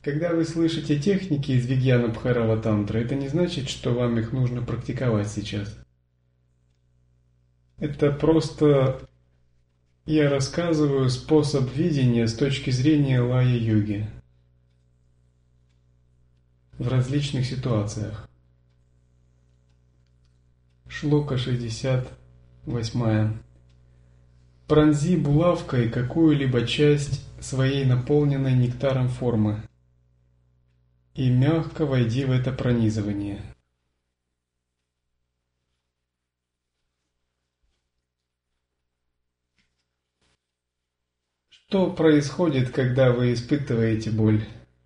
Когда вы слышите техники из Вигьяна Бхайрава Тантры, это не значит, что вам их нужно практиковать сейчас. Это просто я рассказываю способ видения с точки зрения лая-йоги в различных ситуациях. Шлока 68. Пронзи булавкой какую-либо часть своей наполненной нектаром формы и мягко войди в это пронизывание. Что происходит, когда вы испытываете боль?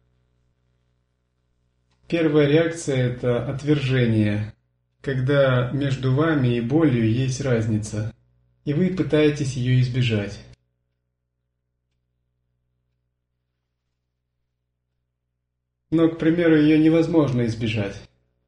Первая реакция – это отвержение, когда между вами и болью есть разница, и вы пытаетесь ее избежать. Но, к примеру, ее невозможно избежать.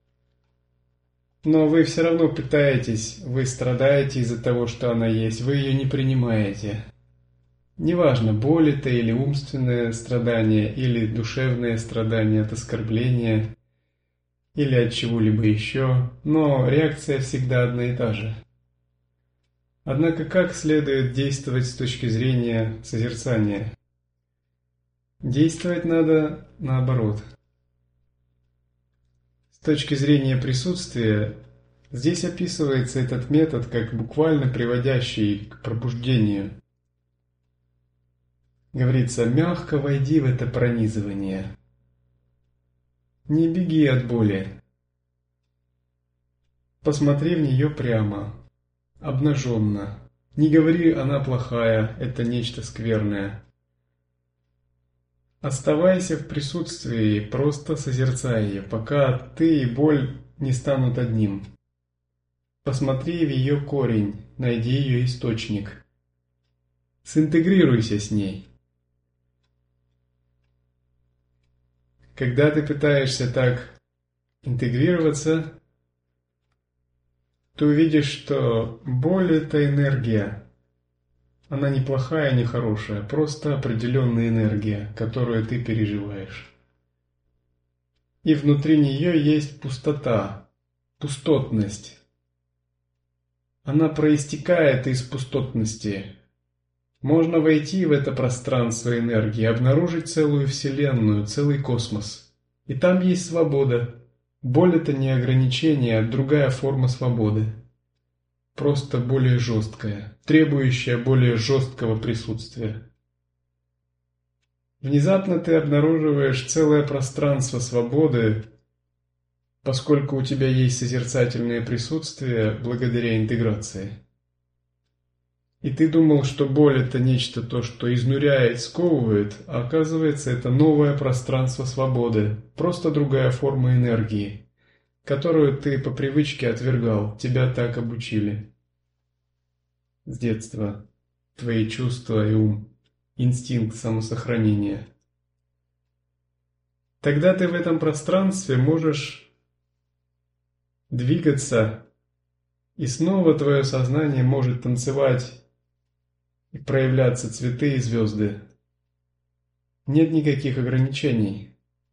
Но вы все равно пытаетесь, вы страдаете из-за того, что она есть, вы ее не принимаете. Неважно, боль это или умственное страдание, или душевное страдание от оскорбления, или от чего-либо еще, но реакция всегда одна и та же. Однако как следует действовать с точки зрения созерцания? Действовать надо наоборот. С точки зрения присутствия, здесь описывается этот метод как буквально приводящий к пробуждению. Говорится, мягко войди в это пронизывание. Не беги от боли. Посмотри в нее прямо, обнаженно. Не говори, она плохая, это нечто скверное. Оставайся в присутствии, просто созерцай ее, пока ты и боль не станут одним. Посмотри в ее корень, найди ее источник. Синтегрируйся с ней. Когда ты пытаешься так интегрироваться, ты увидишь, что боль – это энергия. Она не плохая, не хорошая, просто определенная энергия, которую ты переживаешь. И внутри нее есть пустота, пустотность. Она проистекает из пустотности. Можно войти в это пространство энергии, обнаружить целую вселенную, целый космос. И там есть свобода. Боль – это не ограничение, а другая форма свободы. Просто более жесткая, требующая более жесткого присутствия. Внезапно ты обнаруживаешь целое пространство свободы, поскольку у тебя есть созерцательное присутствие благодаря интеграции. И ты думал, что боль – это нечто то, что изнуряет, сковывает, а оказывается, это новое пространство свободы, просто другая форма энергии, которую ты по привычке отвергал, тебя так обучили. С детства. Твои чувства и ум. Инстинкт самосохранения. Тогда ты в этом пространстве можешь двигаться, и снова твое сознание может танцевать и проявляться цветы и звезды. Нет никаких ограничений.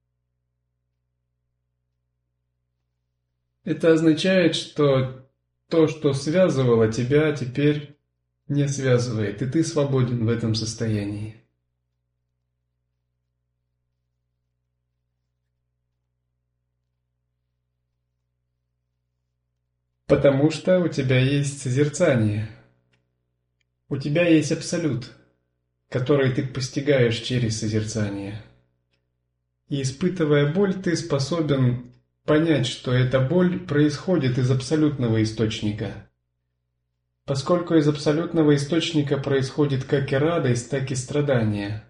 Это означает, что то, что связывало тебя, теперь не связывает, и ты свободен в этом состоянии. Потому что у тебя есть созерцание. У тебя есть абсолют, который ты постигаешь через созерцание. И испытывая боль, ты способен понять, что эта боль происходит из абсолютного источника. Поскольку из абсолютного источника происходит как и радость, так и страдание.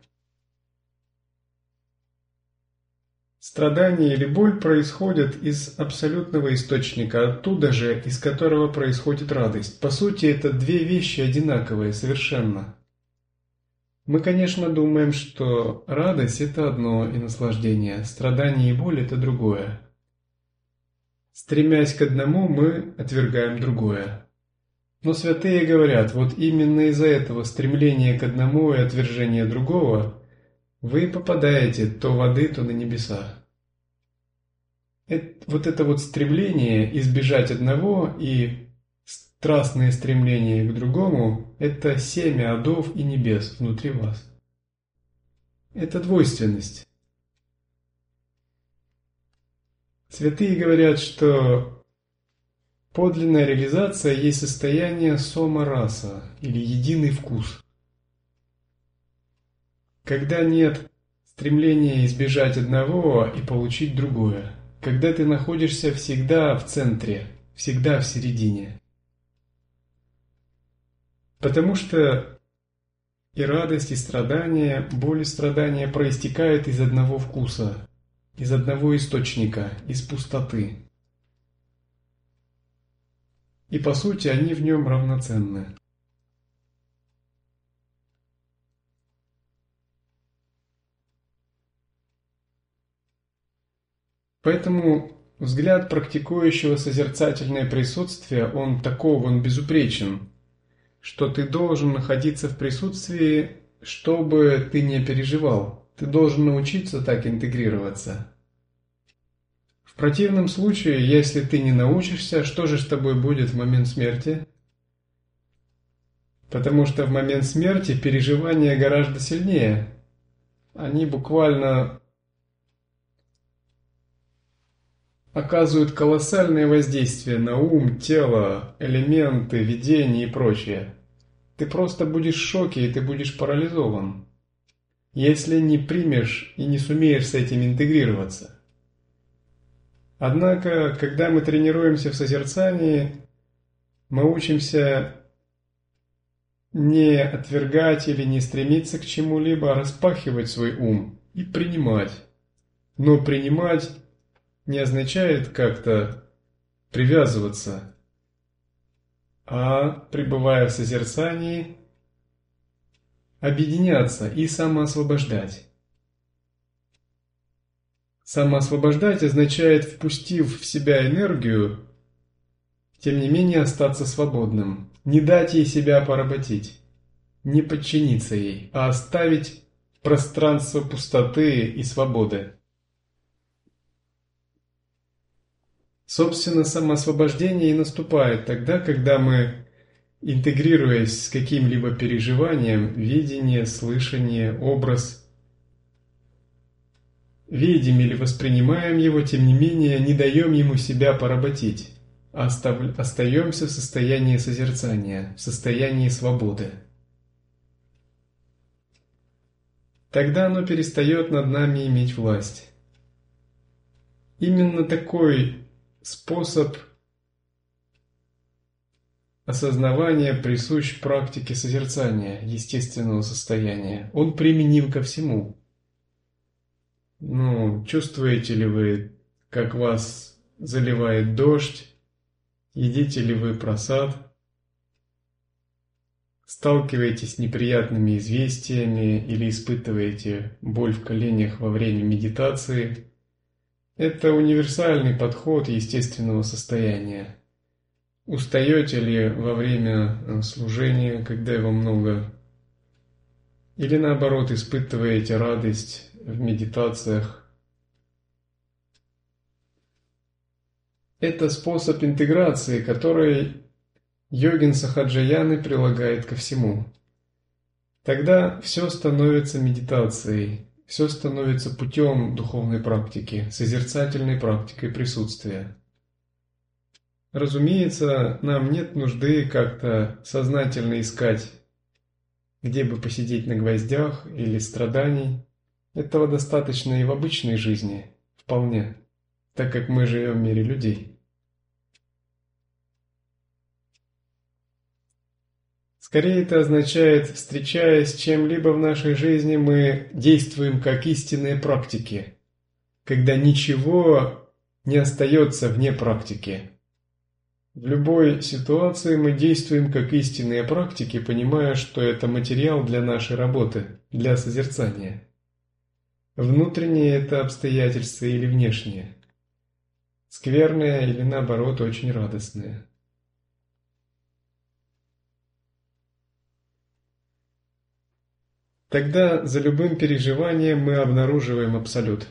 Страдание или боль происходят из абсолютного источника, оттуда же, из которого происходит радость. По сути, это две вещи одинаковые совершенно. Мы, конечно, думаем, что радость – это одно и наслаждение, страдание и боль – это другое. Стремясь к одному, мы отвергаем другое. Но святые говорят, вот именно из-за этого стремления к одному и отвержения другого вы попадаете то в ады, то на небеса. Вот это вот стремление избежать одного и страстное стремление к другому – это семя адов и небес внутри вас. Это двойственность. Святые говорят, что подлинная реализация есть состояние сома-раса или единый вкус. Когда нет стремления избежать одного и получить другое. Когда ты находишься всегда в центре, всегда в середине. Потому что и радость, и страдания, боль и страдания проистекают из одного вкуса, из одного источника, из пустоты. И по сути они в нем равноценны. Поэтому взгляд практикующего созерцательное присутствие, он безупречен, что ты должен находиться в присутствии, чтобы ты не переживал. Ты должен научиться так интегрироваться. В противном случае, если ты не научишься, что же с тобой будет в момент смерти? Потому что в момент смерти переживания гораздо сильнее. Они буквально оказывают колоссальное воздействие на ум, тело, элементы, видение и прочее. Ты просто будешь в шоке, и ты будешь парализован, если не примешь и не сумеешь с этим интегрироваться. Однако, когда мы тренируемся в созерцании, мы учимся не отвергать или не стремиться к чему-либо, а распахивать свой ум и принимать. Но принимать не означает как-то привязываться, а, пребывая в созерцании, объединяться и самоосвобождать. Самоосвобождать означает, впустив в себя энергию, тем не менее остаться свободным, не дать ей себя поработить, не подчиниться ей, а оставить пространство пустоты и свободы. Собственно, самоосвобождение и наступает тогда, когда мы, интегрируясь с каким-либо переживанием, видение, слышание, образ, видим или воспринимаем его, тем не менее не даем ему себя поработить, а остаемся в состоянии созерцания, в состоянии свободы. Тогда оно перестает над нами иметь власть. Именно такой способ осознавания присущ практике созерцания естественного состояния. Он применим ко всему. Чувствуете ли вы, как вас заливает дождь? Едите ли вы просад? Сталкиваетесь с неприятными известиями или испытываете боль в коленях во время медитации? Это универсальный подход естественного состояния. Устаете ли во время служения, когда его много? Или наоборот, испытываете радость в медитациях? Это способ интеграции, который йогин Сахаджаяны прилагает ко всему. Тогда все становится медитацией, все становится путем духовной практики, созерцательной практикой присутствия. Разумеется, нам нет нужды как-то сознательно искать, где бы посидеть на гвоздях или страданий. Этого достаточно и в обычной жизни, вполне, так как мы живем в мире людей. Скорее это означает, встречаясь с чем-либо в нашей жизни, мы действуем как истинные практики, когда ничего не остается вне практики. В любой ситуации мы действуем как истинные практики, понимая, что это материал для нашей работы, для созерцания. Внутреннее это обстоятельства или внешнее, скверное или наоборот очень радостное. тогда за любым переживанием мы обнаруживаем абсолют.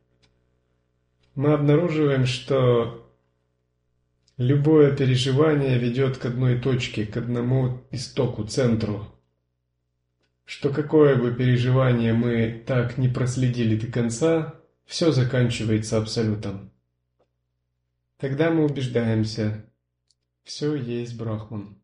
Мы обнаруживаем, что любое переживание ведет к одной точке, к одному истоку, центру. Что какое бы переживание мы так не проследили до конца, все заканчивается абсолютом. Тогда мы убеждаемся, все есть Брахман.